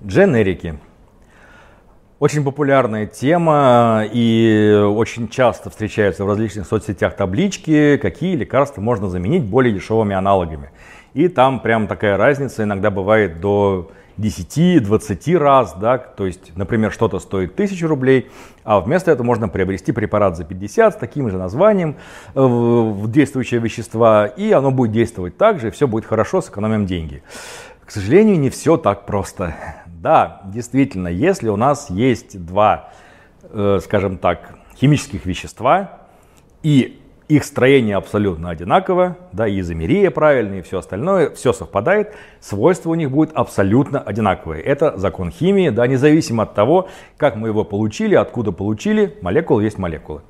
Дженерики. Очень популярная тема и очень часто встречаются в различных соцсетях таблички, какие лекарства можно заменить более дешевыми аналогами. И там прям такая разница иногда бывает до 10-20 раз, да, то есть, например, что-то стоит 1000 рублей, а вместо этого можно приобрести препарат за 50 с таким же названием, действующие вещества, и оно будет действовать так же, и все будет хорошо, сэкономим деньги. К сожалению, не все так просто. Да, действительно, если у нас есть два, скажем так, химических вещества, и их строение абсолютно одинаково, да, и изомерия правильная, и все остальное, все совпадает, свойства у них будут абсолютно одинаковые. Это закон химии, да, независимо от того, как мы его получили, откуда получили, молекула есть молекула.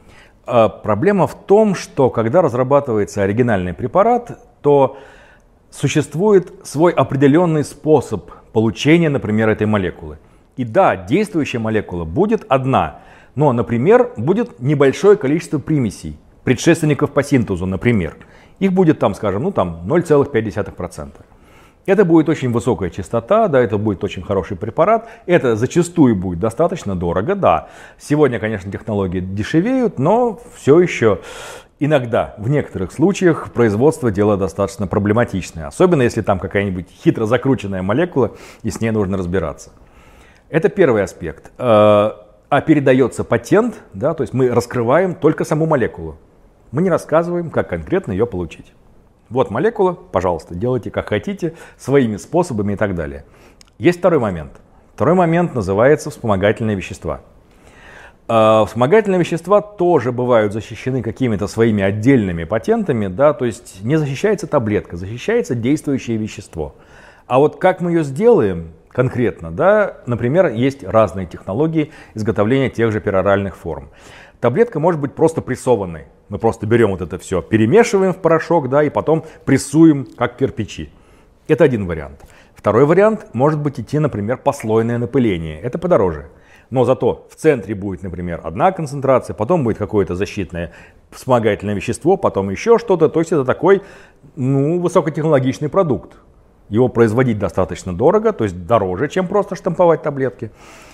Проблема в том, что когда разрабатывается оригинальный препарат, то существует свой определенный способ получения, например, этой молекулы. И да, действующая молекула будет одна, но, например, будет небольшое количество примесей, предшественников по синтезу, например. Их будет там, скажем, 0,5%. Это будет очень высокая частота, да, это будет очень хороший препарат. Это зачастую будет достаточно дорого, да. Сегодня, конечно, технологии дешевеют, но все еще иногда, в некоторых случаях, производство дело достаточно проблематичное. Особенно, если там какая-нибудь хитро закрученная молекула, и с ней нужно разбираться. Это первый аспект. А передается патент, да, то есть мы раскрываем только саму молекулу. Мы не рассказываем, как конкретно ее получить. Вот молекула, пожалуйста, делайте как хотите, своими способами и так далее. Есть второй момент. Второй момент называется вспомогательные вещества. Вспомогательные вещества тоже бывают защищены какими-то своими отдельными патентами, да, то есть не защищается таблетка, защищается действующее вещество. А вот как мы ее сделаем конкретно, да, например, есть разные технологии изготовления тех же пероральных форм. Таблетка может быть просто прессованной. Мы просто берем вот это все, перемешиваем в порошок, да, и потом прессуем, как кирпичи. Это один вариант. Второй вариант может быть идти, например, послойное напыление. Это подороже. Но зато в центре будет, например, одна концентрация, потом будет какое-то защитное вспомогательное вещество, потом еще что-то. То есть это такой, высокотехнологичный продукт. Его производить достаточно дорого, то есть дороже, чем просто штамповать таблетки.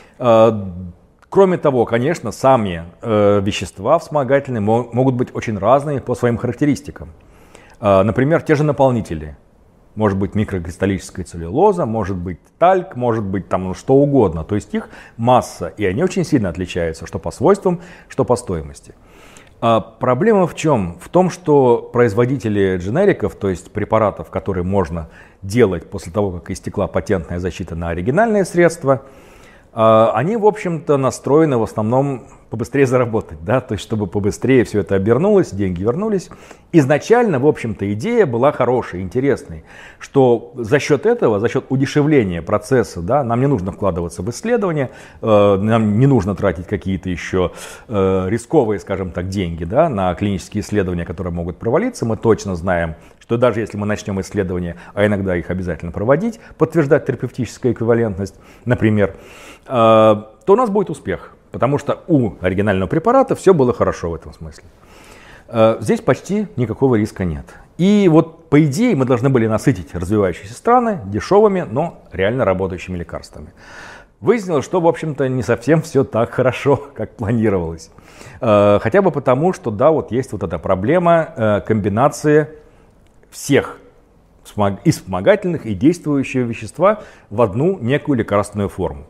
Кроме того, конечно, сами вещества вспомогательные могут быть очень разные по своим характеристикам. Например, те же наполнители. Может быть микрокристаллическая целлюлоза, может быть тальк, может быть там что угодно. То есть их масса, и они очень сильно отличаются, что по свойствам, что по стоимости. Проблема в чем? В том, что производители дженериков, то есть препаратов, которые можно делать после того, как истекла патентная защита на оригинальные средства, они, в общем-то, настроены в основном побыстрее заработать, да, то есть чтобы побыстрее все это обернулось, деньги вернулись. Изначально, в общем-то, идея была хорошей, интересной, что за счет этого, за счет удешевления процесса, да, нам не нужно вкладываться в исследования, нам не нужно тратить какие-то еще рисковые, скажем так, деньги, да, на клинические исследования, которые могут провалиться. Мы точно знаем, что даже если мы начнем исследования, а иногда их обязательно проводить, подтверждать терапевтическую эквивалентность, например, то у нас будет успех. Потому что у оригинального препарата все было хорошо в этом смысле. Здесь почти никакого риска нет. И вот по идее мы должны были насытить развивающиеся страны дешевыми, но реально работающими лекарствами. Выяснилось, что в общем-то не совсем все так хорошо, как планировалось. Хотя бы потому, что да, вот есть вот эта проблема комбинации всех и вспомогательных, и действующих вещества в одну некую лекарственную форму.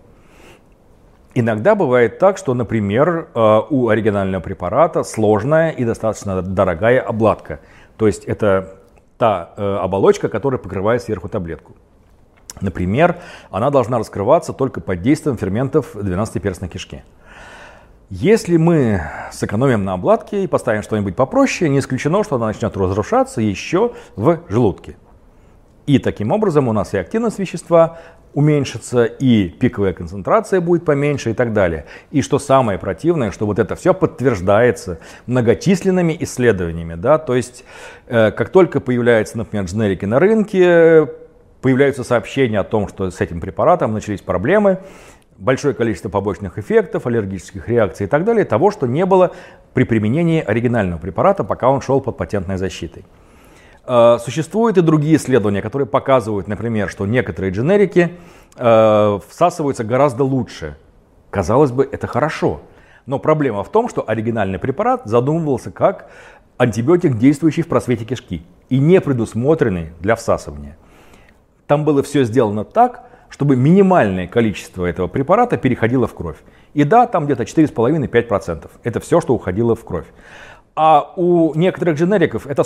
Иногда бывает так, что, например, у оригинального препарата сложная и достаточно дорогая обладка. То есть это та оболочка, которая покрывает сверху таблетку. Например, она должна раскрываться только под действием ферментов 12-перстной кишки. Если мы сэкономим на обладке и поставим что-нибудь попроще, не исключено, что она начнет разрушаться еще в желудке. И таким образом у нас и активность вещества уменьшится, и пиковая концентрация будет поменьше и так далее. И что самое противное, что вот это все подтверждается многочисленными исследованиями. Да? То есть, как только появляются, например, дженерики на рынке, появляются сообщения о том, что с этим препаратом начались проблемы, большое количество побочных эффектов, аллергических реакций и так далее, того, что не было при применении оригинального препарата, пока он шел под патентной защитой. Существуют и другие исследования, которые показывают, например, что некоторые дженерики всасываются гораздо лучше. Казалось бы, это хорошо. Но проблема в том, что оригинальный препарат задумывался как антибиотик, действующий в просвете кишки и не предусмотренный для всасывания. Там было все сделано так, чтобы минимальное количество этого препарата переходило в кровь. И да, там где-то 4,5-5%. Это все, что уходило в кровь. А у некоторых дженериков это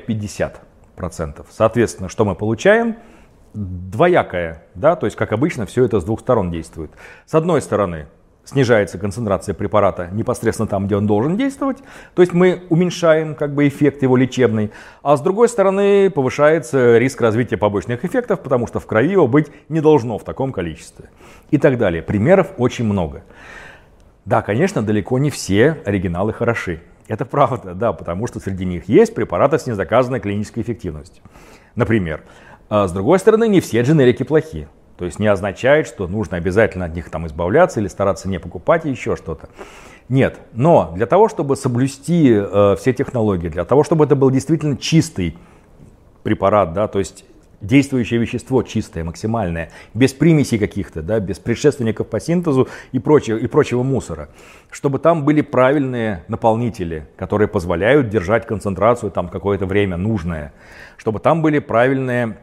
45-50%. Соответственно, что мы получаем? Двоякое, да, то есть, как обычно, все это с двух сторон действует. С одной стороны, снижается концентрация препарата непосредственно там, где он должен действовать, то есть мы уменьшаем эффект его лечебный, а с другой стороны повышается риск развития побочных эффектов, потому что в крови его быть не должно в таком количестве и так далее. Примеров очень много. Да, конечно, далеко не все оригиналы хороши. Это правда, да, потому что среди них есть препараты с недоказанной клинической эффективностью. Например, с другой стороны, не все дженерики плохи. То есть не означает, что нужно обязательно от них избавляться или стараться не покупать и еще что-то. Нет, но для того, чтобы соблюсти все технологии, для того, чтобы это был действительно чистый препарат, да, то есть действующее вещество чистое, максимальное, без примесей каких-то, да, без предшественников по синтезу и прочего мусора, чтобы там были правильные наполнители, которые позволяют держать концентрацию какое-то время нужное, чтобы там были правильные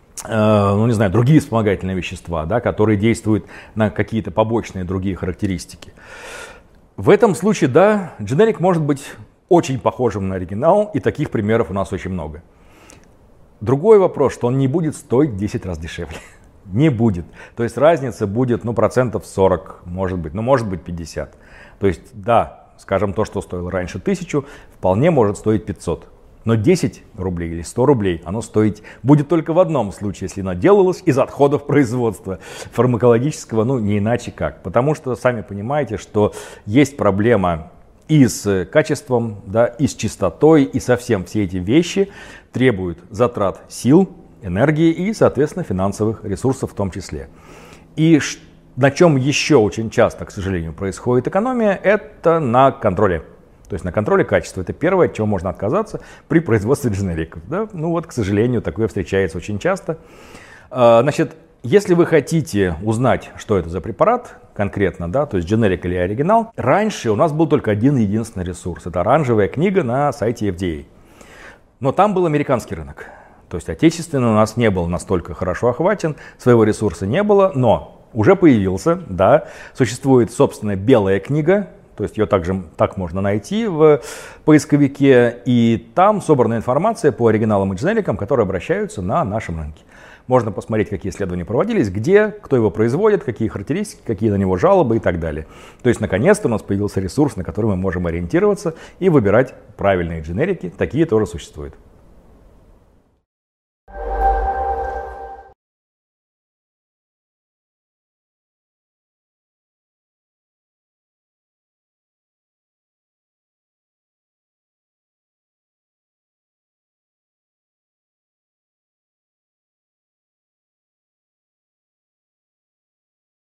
другие вспомогательные вещества, да, которые действуют на какие-то побочные другие характеристики. В этом случае, да, дженерик может быть очень похожим на оригинал, и таких примеров у нас очень много. Другой вопрос, что он не будет стоить 10 раз дешевле. Не будет. То есть разница будет, процентов 40, может быть 50. То есть, да, скажем, то, что стоило раньше 1000, вполне может стоить 500. Но 10 рублей или 100 рублей оно стоить будет только в одном случае, если оно делалось из отходов производства фармакологического, не иначе как. Потому что, сами понимаете, что есть проблема и с качеством, да, и с чистотой, и совсем все эти вещи требуют затрат сил, энергии и, соответственно, финансовых ресурсов в том числе. И на чем еще очень часто, к сожалению, происходит экономия, это на контроле. То есть на контроле качества. Это первое, от чего можно отказаться при производстве дженериков. Да? К сожалению, такое встречается очень часто. Значит, если вы хотите узнать, что это за препарат конкретно, да, то есть дженерик или оригинал, раньше у нас был только один единственный ресурс. Это оранжевая книга на сайте FDA. Но там был американский рынок. То есть отечественный у нас не был настолько хорошо охвачен, своего ресурса не было, но уже появился, да, существует собственная белая книга. То есть ее также так можно найти в поисковике, и там собрана информация по оригиналам и дженерикам, которые обращаются на нашем рынке. Можно посмотреть, какие исследования проводились, где, кто его производит, какие характеристики, какие на него жалобы и так далее. То есть, наконец-то у нас появился ресурс, на который мы можем ориентироваться и выбирать правильные дженерики. Такие тоже существуют.